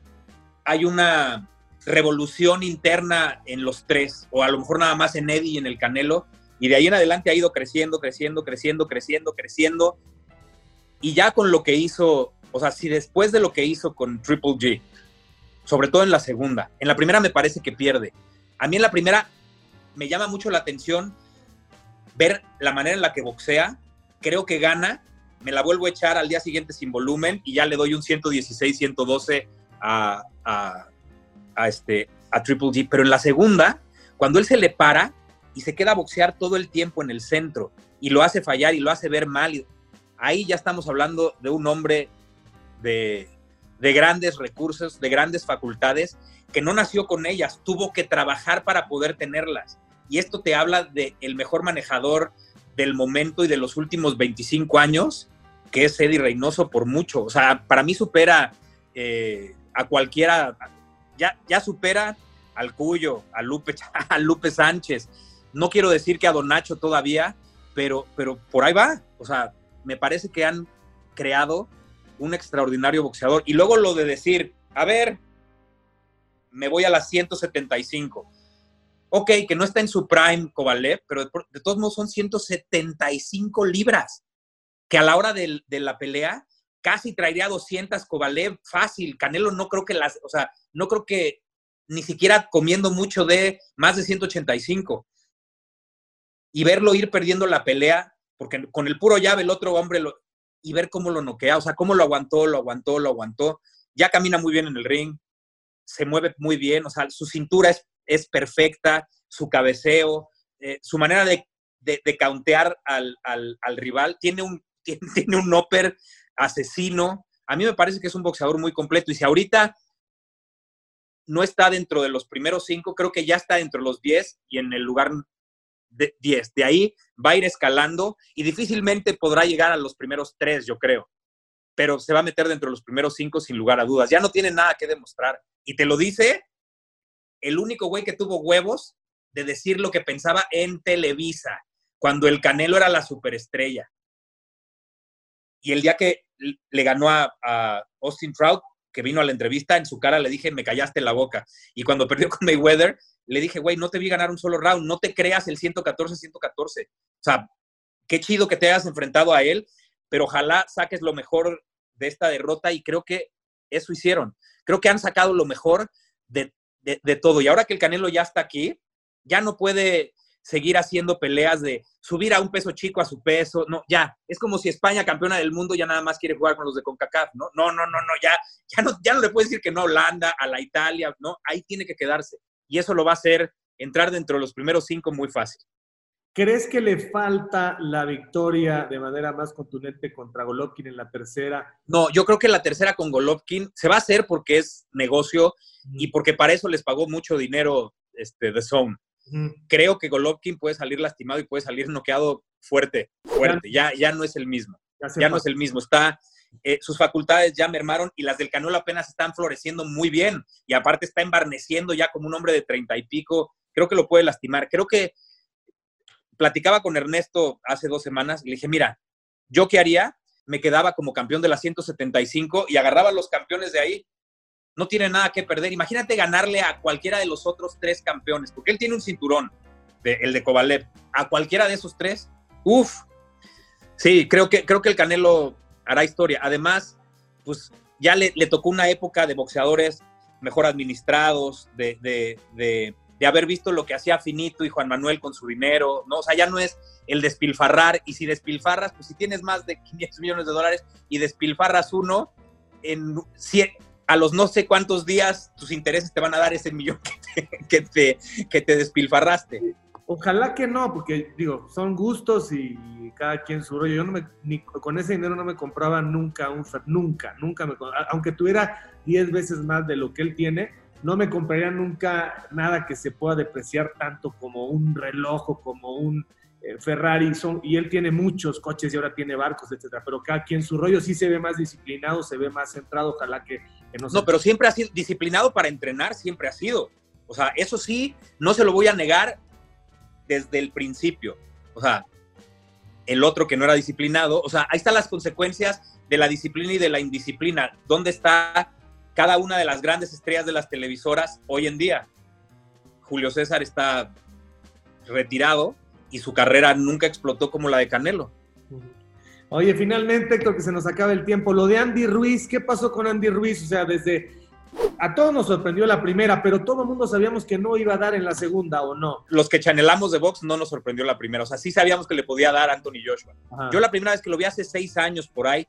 hay una revolución interna en los tres, o a lo mejor nada más en Eddie y en el Canelo, y de ahí en adelante ha ido creciendo, creciendo, creciendo, creciendo, creciendo, y ya con lo que hizo, o sea, si después de lo que hizo con Triple G, sobre todo en la segunda, en la primera me parece que pierde. A mí en la primera me llama mucho la atención ver la manera en la que boxea, creo que gana, me la vuelvo a echar al día siguiente sin volumen y ya le doy un ciento dieciséis, ciento doce a, a, a, este, a Triple G. Pero en la segunda, cuando él se le para y se queda a boxear todo el tiempo en el centro y lo hace fallar y lo hace ver mal, y ahí ya estamos hablando de un hombre de, de grandes recursos, de grandes facultades, que no nació con ellas, tuvo que trabajar para poder tenerlas. Y esto te habla del mejor manejador del momento y de los últimos veinticinco años, que es Eddie Reynoso por mucho. O sea, para mí supera eh, a cualquiera, ya, ya supera al Cuyo, a Lupe, a Lupe Sánchez. No quiero decir que a Don Nacho todavía, pero, pero por ahí va. O sea, me parece que han creado un extraordinario boxeador. Y luego lo de decir, a ver, me voy a las ciento setenta y cinco. Ok, que no está en su prime Kovalev, pero de, de todos modos son ciento setenta y cinco libras, que a la hora de, de la pelea casi traería doscientas Kovalev fácil. Canelo no creo que las, o sea, no creo que ni siquiera comiendo mucho de más de ciento ochenta y cinco. Y verlo ir perdiendo la pelea, porque con el puro llave el otro hombre, lo, y ver cómo lo noquea, o sea, cómo lo aguantó, lo aguantó, lo aguantó. Ya camina muy bien en el ring, se mueve muy bien, o sea, su cintura es, es perfecta, su cabeceo, eh, su manera de, de, de countear al, al, al rival, tiene un, tiene, tiene un upper asesino. A mí me parece que es un boxeador muy completo, y si ahorita no está dentro de los primeros cinco, creo que ya está dentro de los diez y en el lugar de diez. De ahí va a ir escalando y difícilmente podrá llegar a los primeros tres, yo creo. Pero se va a meter dentro de los primeros cinco sin lugar a dudas. Ya no tiene nada que demostrar. Y te lo dice el único güey que tuvo huevos de decir lo que pensaba en Televisa, cuando el Canelo era la superestrella. Y el día que le ganó a, a Austin Trout, que vino a la entrevista, en su cara le dije, me callaste la boca. Y cuando perdió con Mayweather, le dije, güey, no te vi ganar un solo round, no te creas el ciento catorce ciento catorce. O sea, qué chido que te hayas enfrentado a él, pero ojalá saques lo mejor de esta derrota y creo que eso hicieron. Creo que han sacado lo mejor de, de, de todo. Y ahora que el Canelo ya está aquí, ya no puede seguir haciendo peleas de subir a un peso chico a su peso. No, ya. Es como si España, campeona del mundo, ya nada más quiere jugar con los de CONCACAF, ¿no? No, no, no, no, ya, ya no, ya no le puedes decir que no a Holanda, a la Italia, ¿no? Ahí tiene que quedarse. Y eso lo va a hacer entrar dentro de los primeros cinco muy fácil. ¿Crees que le falta la victoria de manera más contundente contra Golovkin en la tercera? No, yo creo que la tercera con Golovkin se va a hacer porque es negocio mm. y porque para eso les pagó mucho dinero este, The Zone. Mm. Creo que Golovkin puede salir lastimado y puede salir noqueado fuerte, fuerte. Ya, ya no es el mismo. Ya, ya no es el mismo. Está, eh, sus facultades ya mermaron y las del Canelo apenas están floreciendo muy bien. Y aparte está embarneciendo ya como un hombre de treinta y pico. Creo que lo puede lastimar. Creo que platicaba con Ernesto hace dos semanas y le dije, mira, ¿yo qué haría? Me quedaba como campeón de la ciento setenta y cinco y agarraba a los campeones de ahí. No tiene nada que perder. Imagínate ganarle a cualquiera de los otros tres campeones, porque él tiene un cinturón, de, el de Kovalev. A cualquiera de esos tres, uff. Sí, creo que, creo que el Canelo hará historia. Además, pues ya le, le tocó una época de boxeadores mejor administrados, de... de, de de haber visto lo que hacía Finito y Juan Manuel con su dinero, ¿no? O sea, ya no es el despilfarrar, y si despilfarras, pues si tienes más de quinientos millones de dólares y despilfarras uno, en, si, a los no sé cuántos días tus intereses te van a dar ese millón que te, que te, que te despilfarraste. Ojalá que no, porque, digo, son gustos y cada quien su rollo. Yo no me, ni, con ese dinero no me compraba nunca un Fer, nunca, nunca me aunque tuviera diez veces más de lo que él tiene, no me compraría nunca nada que se pueda depreciar tanto como un reloj o como un eh, Ferrari. Son, y él tiene muchos coches y ahora tiene barcos, etcétera. Pero cada quien su rollo sí se ve más disciplinado, se ve más centrado. Ojalá que, que no se... No, pero siempre ha sido disciplinado para entrenar, siempre ha sido. O sea, eso sí, no se lo voy a negar desde el principio. O sea, el otro que no era disciplinado, o sea, ahí están las consecuencias de la disciplina y de la indisciplina. ¿Dónde está cada una de las grandes estrellas de las televisoras hoy en día? Julio César está retirado y su carrera nunca explotó como la de Canelo. Oye, finalmente, creo que se nos acaba el tiempo. Lo de Andy Ruiz, ¿qué pasó con Andy Ruiz? O sea, desde... A todos nos sorprendió la primera, pero todo el mundo sabíamos que no iba a dar en la segunda, ¿o no? Los que chanelamos de box no nos sorprendió la primera. O sea, sí sabíamos que le podía dar a Anthony Joshua. Ajá. Yo la primera vez que lo vi hace seis años por ahí,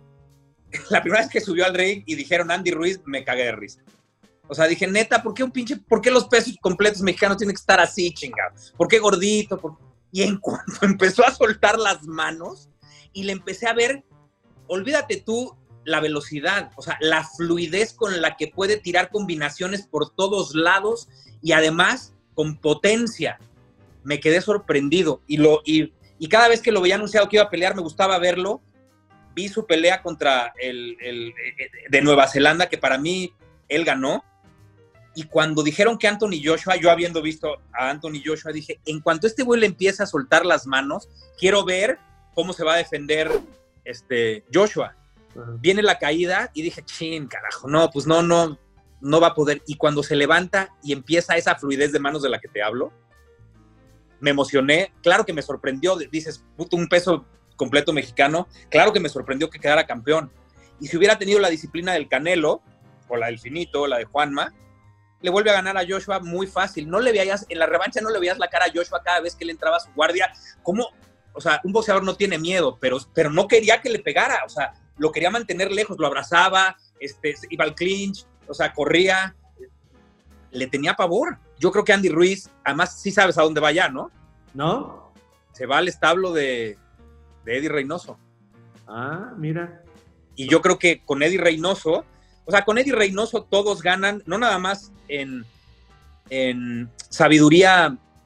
la primera vez que subió al ring y dijeron Andy Ruiz, me cagué de risa. O sea, dije, neta, ¿por qué un pinche, por qué los pesos completos mexicanos tienen que estar así, chingados? ¿Por qué gordito? ¿Por... Y en cuanto empezó a soltar las manos y le empecé a ver, olvídate tú la velocidad, o sea, la fluidez con la que puede tirar combinaciones por todos lados y además con potencia. Me quedé sorprendido y, lo, y, y cada vez que lo veía anunciado que iba a pelear me gustaba verlo. Vi su pelea contra el, el, el de Nueva Zelanda, que para mí él ganó. Y cuando dijeron que Anthony Joshua, yo habiendo visto a Anthony Joshua, dije, en cuanto este güey le empieza a soltar las manos, quiero ver cómo se va a defender este Joshua. Uh-huh. Viene la caída y dije, chin, carajo, no, pues no, no, no va a poder. Y cuando se levanta y empieza esa fluidez de manos de la que te hablo, me emocioné. Claro que me sorprendió. Dices, puto, un peso completo mexicano, claro que me sorprendió que quedara campeón. Y si hubiera tenido la disciplina del Canelo, o la del Finito, o la de Juanma, le vuelve a ganar a Joshua muy fácil. No le veías, en la revancha no le veías la cara a Joshua cada vez que le entraba a su guardia. ¿Cómo? O sea, un boxeador no tiene miedo, pero, pero no quería que le pegara. O sea, lo quería mantener lejos, lo abrazaba, este, iba al clinch, o sea, corría. Le tenía pavor. Yo creo que Andy Ruiz, además sí sabes a dónde va ya, ¿no? ¿No? Se va al establo de... de Eddie Reynoso. Ah, mira. Y yo creo que con Eddie Reynoso, o sea, con Eddie Reynoso todos ganan, no nada más en, en sabiduría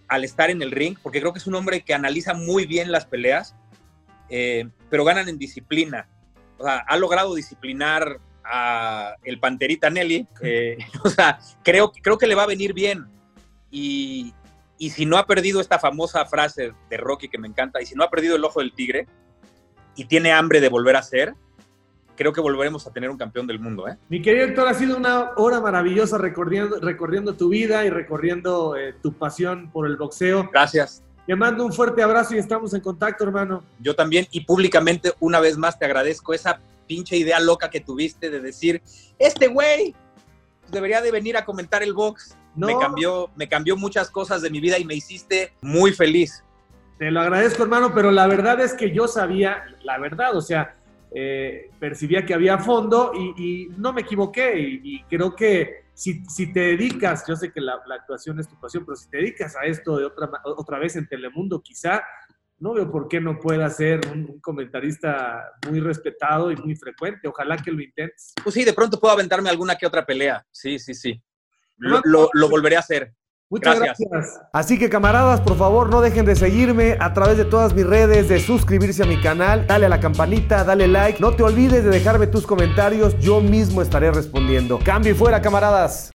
al estar en el ring, porque creo que es un hombre que analiza muy bien las peleas, eh, pero ganan en disciplina. O sea, ha logrado disciplinar a el Panterita Nelly. Eh, o sea, creo, creo que le va a venir bien. Y, y si no ha perdido esta famosa frase de Rocky que me encanta, y si no ha perdido el ojo del tigre y tiene hambre de volver a ser, creo que volveremos a tener un campeón del mundo, ¿eh? Mi querido Héctor, ha sido una hora maravillosa recorriendo, recorriendo tu vida y recorriendo eh, tu pasión por el boxeo. Gracias. Te mando un fuerte abrazo y estamos en contacto, hermano. Yo también, y públicamente una vez más te agradezco esa pinche idea loca que tuviste de decir, este güey debería de venir a comentar el box. No. Me cambió, me cambió muchas cosas de mi vida y me hiciste muy feliz. Te lo agradezco, hermano, pero la verdad es que yo sabía, la verdad, o sea, Eh, percibía que había fondo y, y no me equivoqué y, y creo que si, si te dedicas, yo sé que la, la actuación es tu pasión, pero si te dedicas a esto de otra, otra vez en Telemundo, quizá no veo por qué no pueda ser un, un comentarista muy respetado y muy frecuente. Ojalá que lo intentes. Pues sí, de pronto puedo aventarme alguna que otra pelea. Sí, sí, sí. Lo, lo, lo volveré a hacer. Muchas gracias. gracias. Así que, camaradas, por favor, no dejen de seguirme a través de todas mis redes, de suscribirse a mi canal, dale a la campanita, dale like. No te olvides de dejarme tus comentarios, yo mismo estaré respondiendo. Cambio y fuera, camaradas.